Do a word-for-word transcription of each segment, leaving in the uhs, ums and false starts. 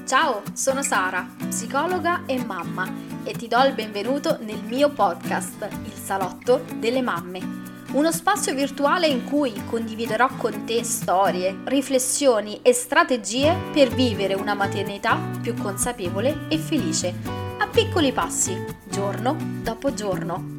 Ciao, sono Sara, psicologa e mamma e ti do il benvenuto nel mio podcast, Il Salotto delle Mamme. Uno spazio virtuale in cui condividerò con te storie, riflessioni e strategie per vivere una maternità più consapevole e felice, a piccoli passi, giorno dopo giorno.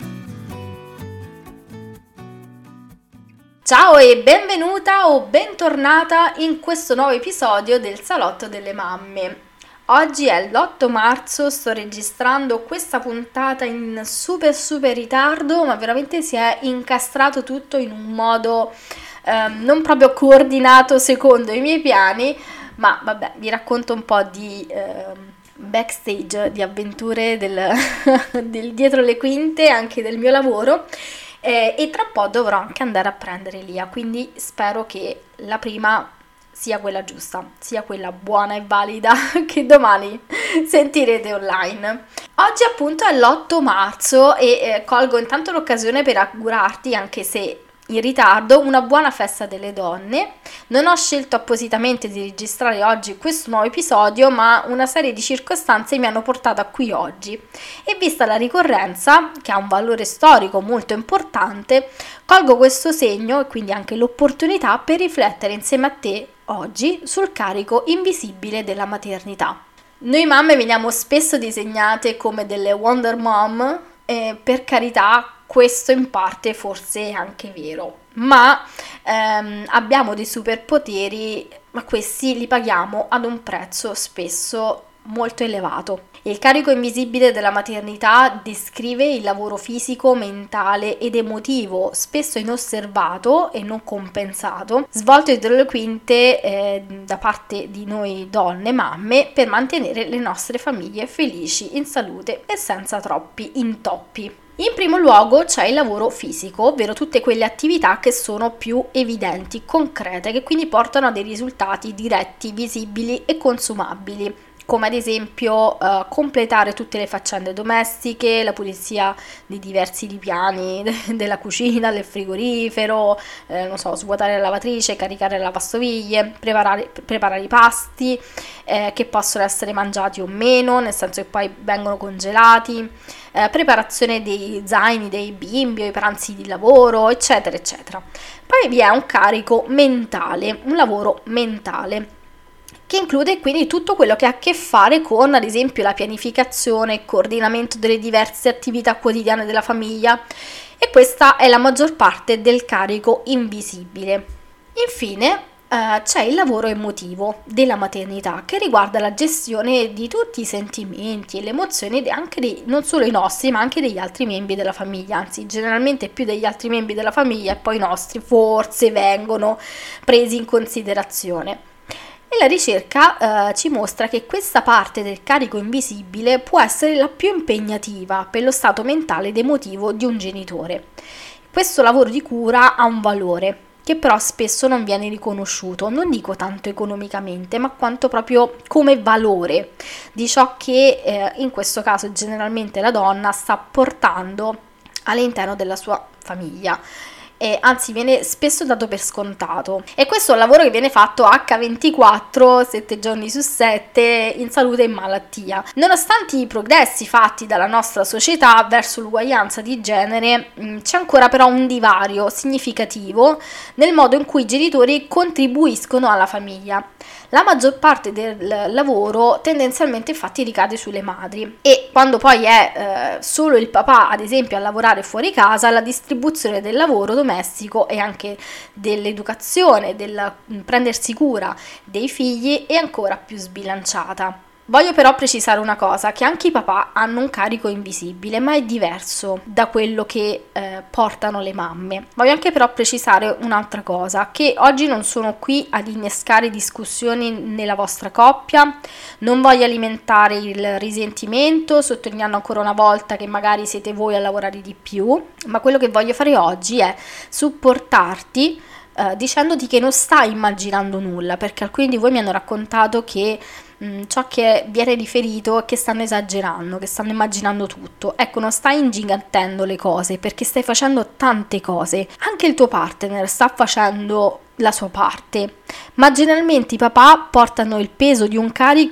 Ciao e benvenuta o bentornata in questo nuovo episodio del Salotto delle Mamme. Oggi è l'otto marzo, sto registrando questa puntata in super super ritardo, ma veramente si è incastrato tutto in un modo eh, non proprio coordinato secondo i miei piani, ma vabbè, vi racconto un po' di eh, backstage, di avventure del, del dietro le quinte, anche del mio lavoro. Eh, e tra un po' dovrò anche andare a prendere Lia, quindi spero che la prima sia quella giusta, sia quella buona e valida che domani sentirete online. Oggi appunto è l'otto marzo e eh, colgo intanto l'occasione per augurarti, anche se in ritardo, una buona festa delle donne. Non ho scelto appositamente di registrare oggi questo nuovo episodio, ma una serie di circostanze mi hanno portato a qui oggi e vista la ricorrenza, che ha un valore storico molto importante, colgo questo segno e quindi anche l'opportunità per riflettere insieme a te oggi sul carico invisibile della maternità. Noi mamme veniamo spesso disegnate come delle Wonder Mom e per carità questo in parte forse è anche vero, ma ehm, abbiamo dei superpoteri, ma questi li paghiamo ad un prezzo spesso molto elevato. Il carico invisibile della maternità descrive il lavoro fisico, mentale ed emotivo, spesso inosservato e non compensato, svolto dietro le quinte eh, da parte di noi donne, mamme, per mantenere le nostre famiglie felici, in salute e senza troppi intoppi. In primo luogo c'è il lavoro fisico, ovvero tutte quelle attività che sono più evidenti, concrete, che quindi portano a dei risultati diretti, visibili e consumabili, come ad esempio eh, completare tutte le faccende domestiche, la pulizia di diversi ripiani de- della cucina, del frigorifero, eh, non so, svuotare la lavatrice, caricare le lavastoviglie, preparare, preparare i pasti eh, che possono essere mangiati o meno, nel senso che poi vengono congelati, eh, preparazione dei zaini dei bimbi o i pranzi di lavoro, eccetera, eccetera. Poi vi è un carico mentale, un lavoro mentale, che include quindi tutto quello che ha a che fare con, ad esempio, la pianificazione e coordinamento delle diverse attività quotidiane della famiglia, e questa è la maggior parte del carico invisibile. Infine eh, c'è il lavoro emotivo della maternità, che riguarda la gestione di tutti i sentimenti e le emozioni, anche dei, non solo i nostri, ma anche degli altri membri della famiglia, anzi generalmente più degli altri membri della famiglia, e poi i nostri forse vengono presi in considerazione. E la ricerca eh, ci mostra che questa parte del carico invisibile può essere la più impegnativa per lo stato mentale ed emotivo di un genitore. Questo lavoro di cura ha un valore, che però spesso non viene riconosciuto, non dico tanto economicamente, ma quanto proprio come valore di ciò che eh, in questo caso generalmente la donna sta portando all'interno della sua famiglia. E anzi viene spesso dato per scontato, e questo è un lavoro che viene fatto acca ventiquattro, sette giorni su sette, in salute e in malattia. Nonostante i progressi fatti dalla nostra società verso l'uguaglianza di genere, c'è ancora però un divario significativo nel modo in cui i genitori contribuiscono alla famiglia. La maggior parte del lavoro tendenzialmente infatti ricade sulle madri, e quando poi è eh, solo il papà ad esempio a lavorare fuori casa, la distribuzione del lavoro domestico e anche dell'educazione, del prendersi cura dei figli è ancora più sbilanciata. Voglio però precisare una cosa, che anche i papà hanno un carico invisibile, ma è diverso da quello che eh, portano le mamme. Voglio anche però precisare un'altra cosa, che oggi non sono qui ad innescare discussioni nella vostra coppia, non voglio alimentare il risentimento, sottolineando ancora una volta che magari siete voi a lavorare di più, ma quello che voglio fare oggi è supportarti eh, dicendoti che non stai immaginando nulla, perché alcuni di voi mi hanno raccontato che ciò che viene riferito è che stanno esagerando, che stanno immaginando tutto. Ecco, non stai ingigantendo le cose, perché stai facendo tante cose. Anche il tuo partner sta facendo la sua parte, ma generalmente i papà portano il peso di un carico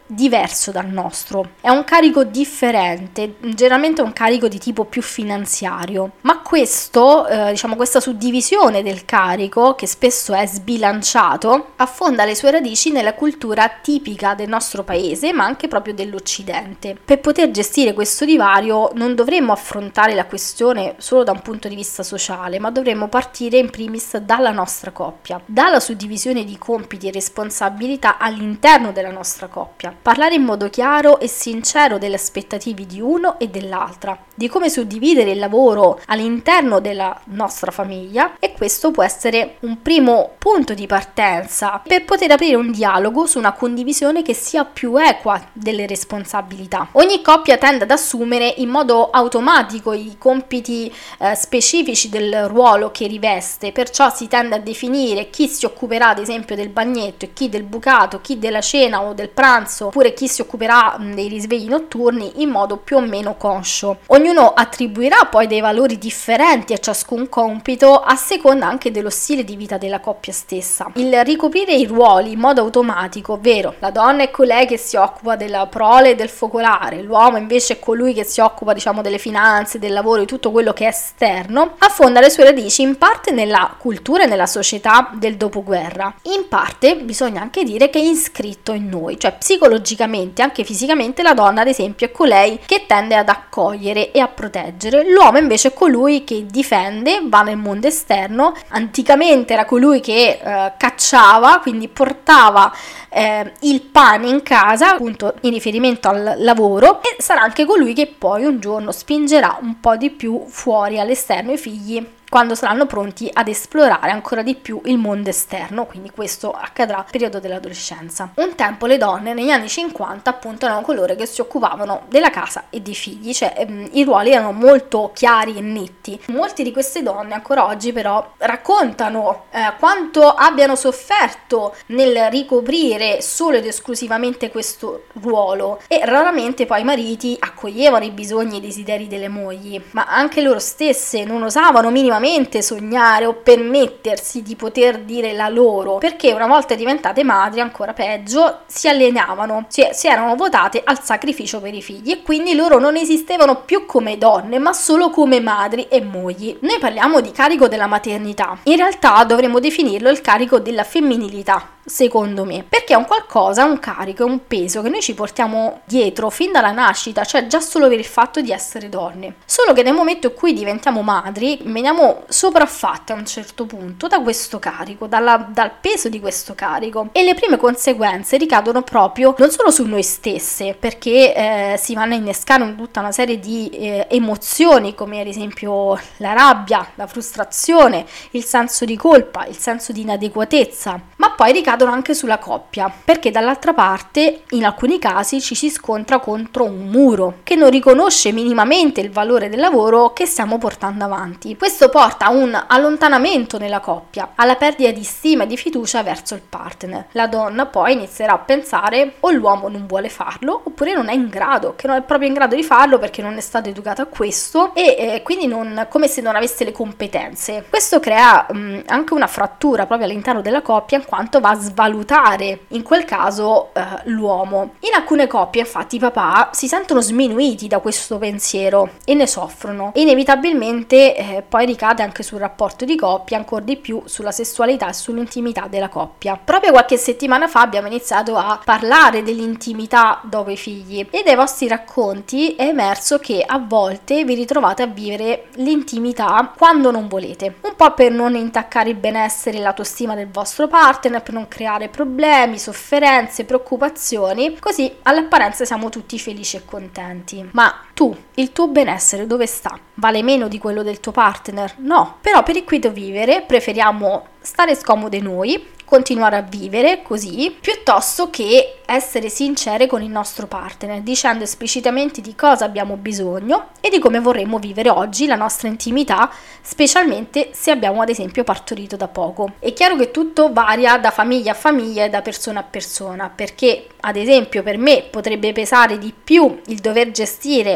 diverso dal nostro, è un carico differente, generalmente è un carico di tipo più finanziario, ma questo, eh, diciamo questa suddivisione del carico, che spesso è sbilanciato, affonda le sue radici nella cultura tipica del nostro paese, ma anche proprio dell'Occidente. Per poter gestire questo divario non dovremmo affrontare la questione solo da un punto di vista sociale, ma dovremmo partire in primis dalla nostra coppia, dalla suddivisione di compiti e responsabilità all'interno della nostra coppia, parlare in modo chiaro e sincero delle aspettative di uno e dell'altra, di come suddividere il lavoro all'interno della nostra famiglia, e questo può essere un primo punto di partenza per poter aprire un dialogo su una condivisione che sia più equa delle responsabilità. Ogni coppia tende ad assumere in modo automatico i compiti eh, specifici del ruolo che riveste, perciò si tende a definire chi si occuperà ad esempio del bagnetto e chi del bucato, chi della cena o del pranzo, oppure chi si occuperà mh, dei risvegli notturni in modo più o meno conscio. Ognuno attribuirà poi dei valori differenti a ciascun compito a seconda anche dello stile di vita della coppia stessa. Il ricoprire i ruoli in modo automatico, ovvero la donna è colei che si occupa della prole e del focolare, l'uomo invece è colui che si occupa diciamo delle finanze, del lavoro, di tutto quello che è esterno, affonda le sue radici in parte nella cultura e nella società del dopoguerra. In parte bisogna anche dire che è iscritto in noi, cioè psicologicamente, anche fisicamente, la donna ad esempio è colei che tende ad accogliere e a proteggere, l'uomo invece è colui che difende, va nel mondo esterno. Anticamente era colui che eh, cacciava, quindi portava eh, il pane in casa, appunto in riferimento al lavoro, e sarà anche colui che poi un giorno spingerà un po' di più fuori all'esterno i figli quando saranno pronti ad esplorare ancora di più il mondo esterno, quindi questo accadrà nel periodo dell'adolescenza. Un tempo le donne negli anni cinquanta appunto erano coloro che si occupavano della casa e dei figli, cioè ehm, i ruoli erano molto chiari e netti. Molte di queste donne ancora oggi però raccontano eh, quanto abbiano sofferto nel ricoprire solo ed esclusivamente questo ruolo, e raramente poi i mariti accoglievano i bisogni e i desideri delle mogli, ma anche loro stesse non osavano minimamente sognare o permettersi di poter dire la loro, perché una volta diventate madri, ancora peggio, si alienavano, cioè si erano votate al sacrificio per i figli, e quindi loro non esistevano più come donne ma solo come madri e mogli. Noi parliamo di carico della maternità, in realtà dovremmo definirlo il carico della femminilità, secondo me, perché è un qualcosa, un carico, un peso che noi ci portiamo dietro fin dalla nascita, cioè già solo per il fatto di essere donne, solo che nel momento in cui diventiamo madri veniamo sopraffatte a un certo punto da questo carico, dalla, dal peso di questo carico, e le prime conseguenze ricadono proprio non solo su noi stesse, perché eh, si vanno a innescare tutta una serie di eh, emozioni come ad esempio la rabbia, la frustrazione, il senso di colpa, il senso di inadeguatezza, ma poi ricadono anche sulla coppia, perché dall'altra parte in alcuni casi ci si scontra contro un muro che non riconosce minimamente il valore del lavoro che stiamo portando avanti. Questo porta a un allontanamento nella coppia, alla perdita di stima e di fiducia verso il partner. La donna poi inizierà a pensare o l'uomo non vuole farlo oppure non è in grado, che non è proprio in grado di farlo perché non è stato educato a questo, e eh, quindi non, come se non avesse le competenze. Questo crea mh, anche una frattura proprio all'interno della coppia, in quanto va a svalutare in quel caso eh, l'uomo. In alcune coppie infatti i papà si sentono sminuiti da questo pensiero e ne soffrono, e inevitabilmente eh, poi ricade anche sul rapporto di coppia, ancora di più sulla sessualità e sull'intimità della coppia. Proprio qualche settimana fa abbiamo iniziato a parlare dell'intimità dopo i figli, e dai vostri racconti è emerso che a volte vi ritrovate a vivere l'intimità quando non volete, un po' per non intaccare il benessere e l'autostima del vostro partner, per non creare problemi, sofferenze, preoccupazioni, così all'apparenza siamo tutti felici e contenti. Ma tu, il tuo benessere dove sta? Vale meno di quello del tuo partner? No, però per il quieto vivere preferiamo stare scomode noi, continuare a vivere così, piuttosto che essere sincere con il nostro partner, dicendo esplicitamente di cosa abbiamo bisogno e di come vorremmo vivere oggi la nostra intimità, specialmente se abbiamo ad esempio partorito da poco. È chiaro che tutto varia da famiglia a famiglia e da persona a persona, perché ad esempio per me potrebbe pesare di più il dover gestire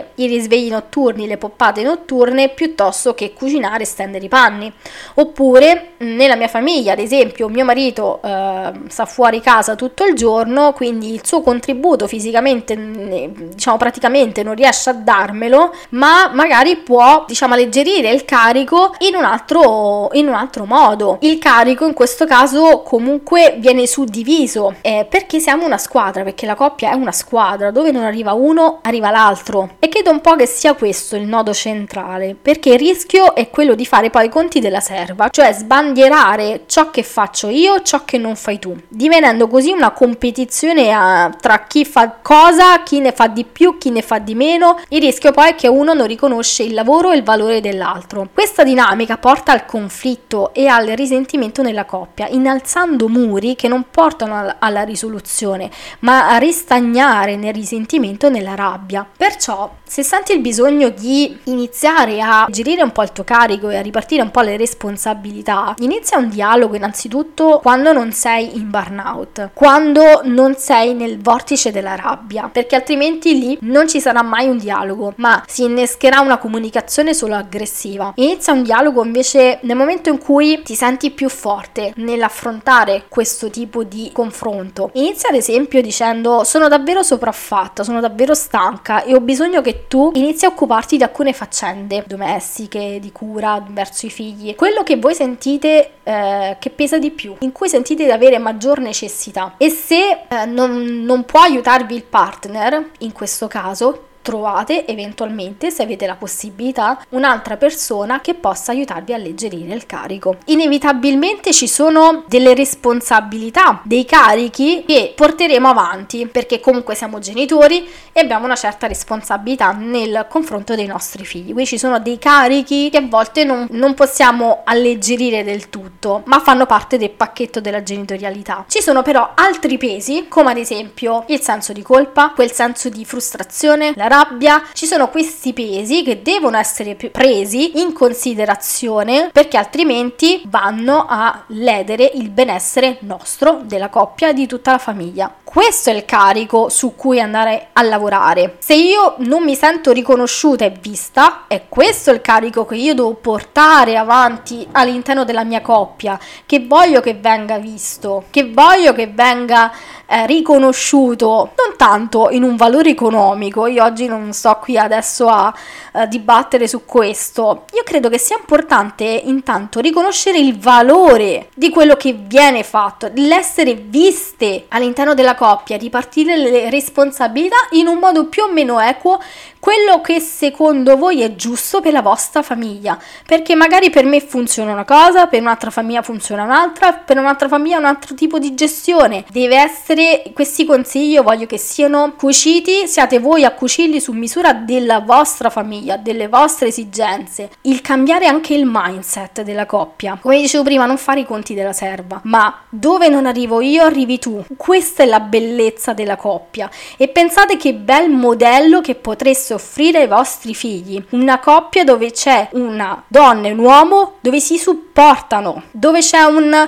i risvegli notturni, le poppate notturne, piuttosto che cucinare e stendere i panni. Oppure nella mia famiglia, ad esempio, mio marito eh, sta fuori casa tutto il giorno, quindi il suo contributo fisicamente, diciamo praticamente, non riesce a darmelo, ma magari può, diciamo, alleggerire il carico in un altro, in un altro modo. Il carico in questo caso comunque viene suddiviso, eh, perché siamo una squadra, perché la coppia è una squadra, dove non arriva uno arriva l'altro, e credo un po' che sia questo il nodo centrale, perché il rischio è quello di fare poi i conti della serva, cioè sbandierare ciò che faccio io, ciò che non fai tu, divenendo così una competizione a, tra chi fa cosa, chi ne fa di più, chi ne fa di meno. Il rischio poi è che uno non riconosce il lavoro e il valore dell'altro. Questa dinamica porta al conflitto e al risentimento nella coppia, innalzando muri che non portano alla risoluzione, ma a ristagnare nel risentimento e nella rabbia. Perciò, se senti il bisogno di iniziare a gestire un po' il tuo carico e a ripartire un po' le responsabilità, inizia un dialogo innanzitutto quando non sei in burnout, quando non sei nel vortice della rabbia, perché altrimenti lì non ci sarà mai un dialogo, ma si innescherà una comunicazione solo aggressiva. Inizia un dialogo invece nel momento in cui ti senti più forte nell'affrontare questo tipo di confronto. Inizia ad esempio dicendo: sono davvero sopraffatta, sono davvero stanca e ho bisogno che tu inizi a occuparti di alcune faccende domestiche, di cura verso i figli, quello che voi sentite eh, che pesa di più, in cui sentite di avere maggior necessità. E se eh, non, non può aiutarvi il partner, in questo caso trovate eventualmente, se avete la possibilità, un'altra persona che possa aiutarvi a alleggerire il carico. Inevitabilmente ci sono delle responsabilità, dei carichi che porteremo avanti, perché comunque siamo genitori e abbiamo una certa responsabilità nel confronto dei nostri figli. Qui ci sono dei carichi che a volte non, non possiamo alleggerire del tutto, ma fanno parte del pacchetto della genitorialità. Ci sono però altri pesi, come ad esempio il senso di colpa, quel senso di frustrazione, la rabbia. Ci sono questi pesi che devono essere presi in considerazione, perché altrimenti vanno a ledere il benessere nostro, della coppia, di tutta la famiglia. Questo è il carico su cui andare a lavorare. Se io non mi sento riconosciuta e vista, è questo il carico che io devo portare avanti all'interno della mia coppia, che voglio che venga visto, che voglio che venga eh, riconosciuto, non tanto in un valore economico. Io oggi non sto qui adesso a uh, dibattere su questo. Io credo che sia importante intanto riconoscere il valore di quello che viene fatto, l'essere viste all'interno della coppia, ripartire le responsabilità in un modo più o meno equo, quello che secondo voi è giusto per la vostra famiglia, perché magari per me funziona una cosa, per un'altra famiglia funziona un'altra, per un'altra famiglia un altro tipo di gestione. Deve essere, questi consigli io voglio che siano cuciti, siate voi a cucirli su misura della vostra famiglia, delle vostre esigenze. Il cambiare anche il mindset della coppia, come dicevo prima, non fare i conti della serva, ma dove non arrivo io arrivi tu. Questa è la bellezza della coppia, e pensate che bel modello che potreste offrire ai vostri figli, una coppia dove c'è una donna e un uomo, dove si supportano, dove c'è un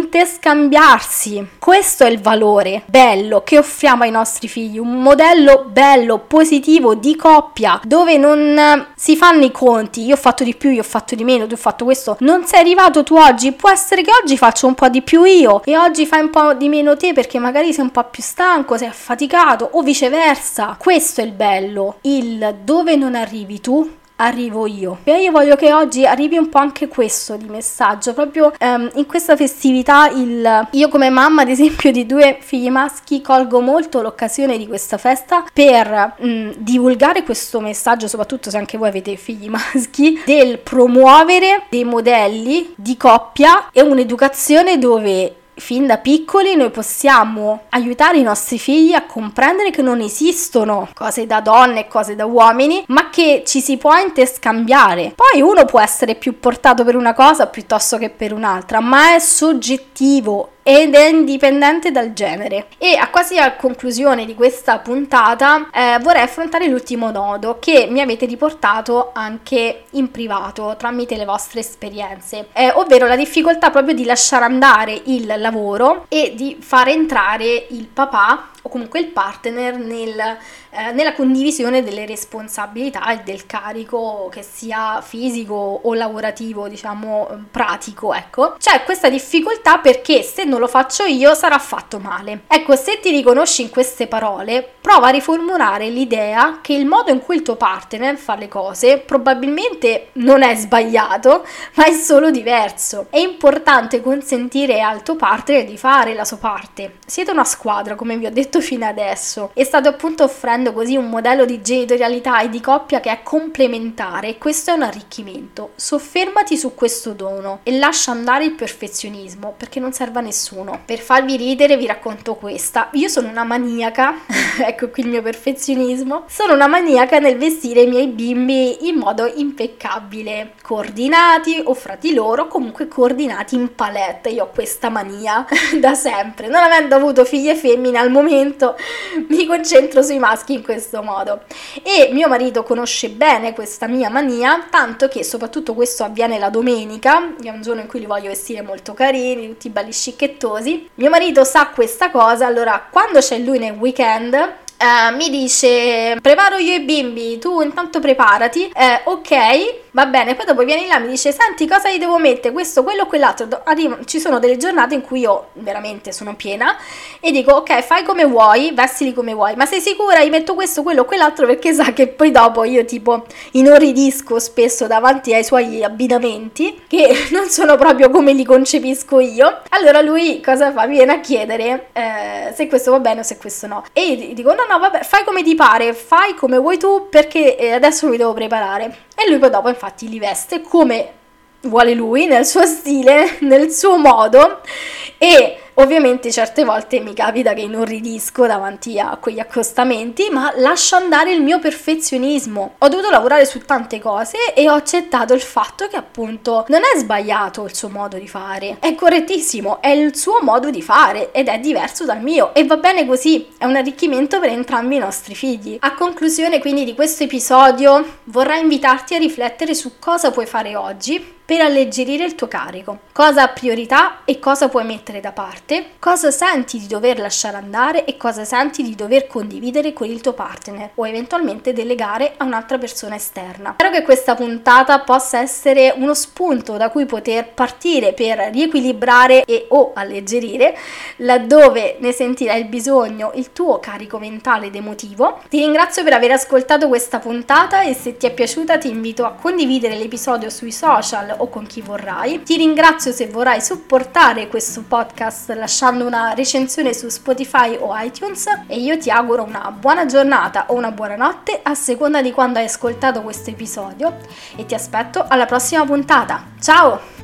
interscambiarsi. Questo è il valore bello che offriamo ai nostri figli, un modello bello, positivo di coppia, dove non si fanno i conti, io ho fatto di più, io ho fatto di meno, tu hai fatto questo, non sei arrivato tu oggi, può essere che oggi faccio un po' di più io e oggi fai un po' di meno te, perché magari sei un po' più stanco, sei affaticato, o viceversa. Questo è il bello, il dove non arrivi tu arrivo io. E io voglio che oggi arrivi un po' anche questo di messaggio, proprio um, in questa festività. Il io come mamma ad esempio di due figli maschi colgo molto l'occasione di questa festa per um, divulgare questo messaggio, soprattutto se anche voi avete figli maschi, del promuovere dei modelli di coppia e un'educazione dove fin da piccoli noi possiamo aiutare i nostri figli a comprendere che non esistono cose da donne e cose da uomini, ma che ci si può interscambiare. Poi uno può essere più portato per una cosa piuttosto che per un'altra, ma è soggettivo. ed è indipendente dal genere. E a quasi a conclusione di questa puntata eh, vorrei affrontare l'ultimo nodo che mi avete riportato anche in privato tramite le vostre esperienze, eh, ovvero la difficoltà proprio di lasciare andare il lavoro e di far entrare il papà o comunque il partner nel, eh, nella condivisione delle responsabilità e del carico, che sia fisico o lavorativo, diciamo pratico, ecco. C'è questa difficoltà perché se non lo faccio io sarà fatto male. Ecco, se ti riconosci in queste parole, prova a riformulare l'idea che il modo in cui il tuo partner fa le cose probabilmente non è sbagliato, ma è solo diverso. È importante consentire al tuo partner di fare la sua parte. Siete una squadra, come vi ho detto fino adesso, e state appunto offrendo così un modello di genitorialità e di coppia che è complementare, e questo è un arricchimento. Soffermati su questo dono e lascia andare il perfezionismo, perché non serve a nessuno. Per farvi ridere vi racconto questa: io sono una maniaca ecco qui il mio perfezionismo, sono una maniaca nel vestire i miei bimbi in modo impeccabile, coordinati o fra di loro, comunque coordinati in palette. Io ho questa mania da sempre, non avendo avuto figlie femmine al momento mi concentro sui maschi in questo modo, e mio marito conosce bene questa mia mania, tanto che soprattutto questo avviene la domenica, che è un giorno in cui li voglio vestire molto carini, tutti belli scicchettosi. Mio marito sa questa cosa, allora quando c'è lui nel weekend Uh, mi dice: preparo io i bimbi, tu intanto preparati. eh, ok, va bene. Poi dopo vieni là e mi dice: senti, cosa gli devo mettere, questo, quello, quell'altro. Arrivo, ci sono delle giornate in cui io veramente sono piena e dico: ok, fai come vuoi, vestili come vuoi, ma sei sicura? Gli metto questo, quello, quell'altro, perché sa che poi dopo io tipo inorridisco spesso davanti ai suoi abbinamenti, che non sono proprio come li concepisco io. Allora lui cosa fa? Mi viene a chiedere eh, se questo va bene o se questo no, e io dico: no no vabbè, fai come ti pare, fai come vuoi tu, perché adesso mi devo preparare. E lui poi dopo infatti li veste come vuole lui, nel suo stile, nel suo modo, e ovviamente certe volte mi capita che inorridisco davanti a quegli accostamenti, ma lascio andare il mio perfezionismo. Ho dovuto lavorare su tante cose e ho accettato il fatto che appunto non è sbagliato il suo modo di fare, è correttissimo, è il suo modo di fare ed è diverso dal mio, e va bene così, è un arricchimento per entrambi i nostri figli. A conclusione quindi di questo episodio vorrei invitarti a riflettere su cosa puoi fare oggi per alleggerire il tuo carico, cosa ha priorità e cosa puoi mettere da parte, cosa senti di dover lasciare andare e cosa senti di dover condividere con il tuo partner o eventualmente delegare a un'altra persona esterna. Spero che questa puntata possa essere uno spunto da cui poter partire per riequilibrare e o alleggerire, laddove ne sentirai il bisogno, il tuo carico mentale ed emotivo. Ti ringrazio per aver ascoltato questa puntata e se ti è piaciuta ti invito a condividere l'episodio sui social o con chi vorrai. Ti ringrazio se vorrai supportare questo podcast lasciando una recensione su Spotify o iTunes, e io ti auguro una buona giornata o una buona notte a seconda di quando hai ascoltato questo episodio, e ti aspetto alla prossima puntata. Ciao!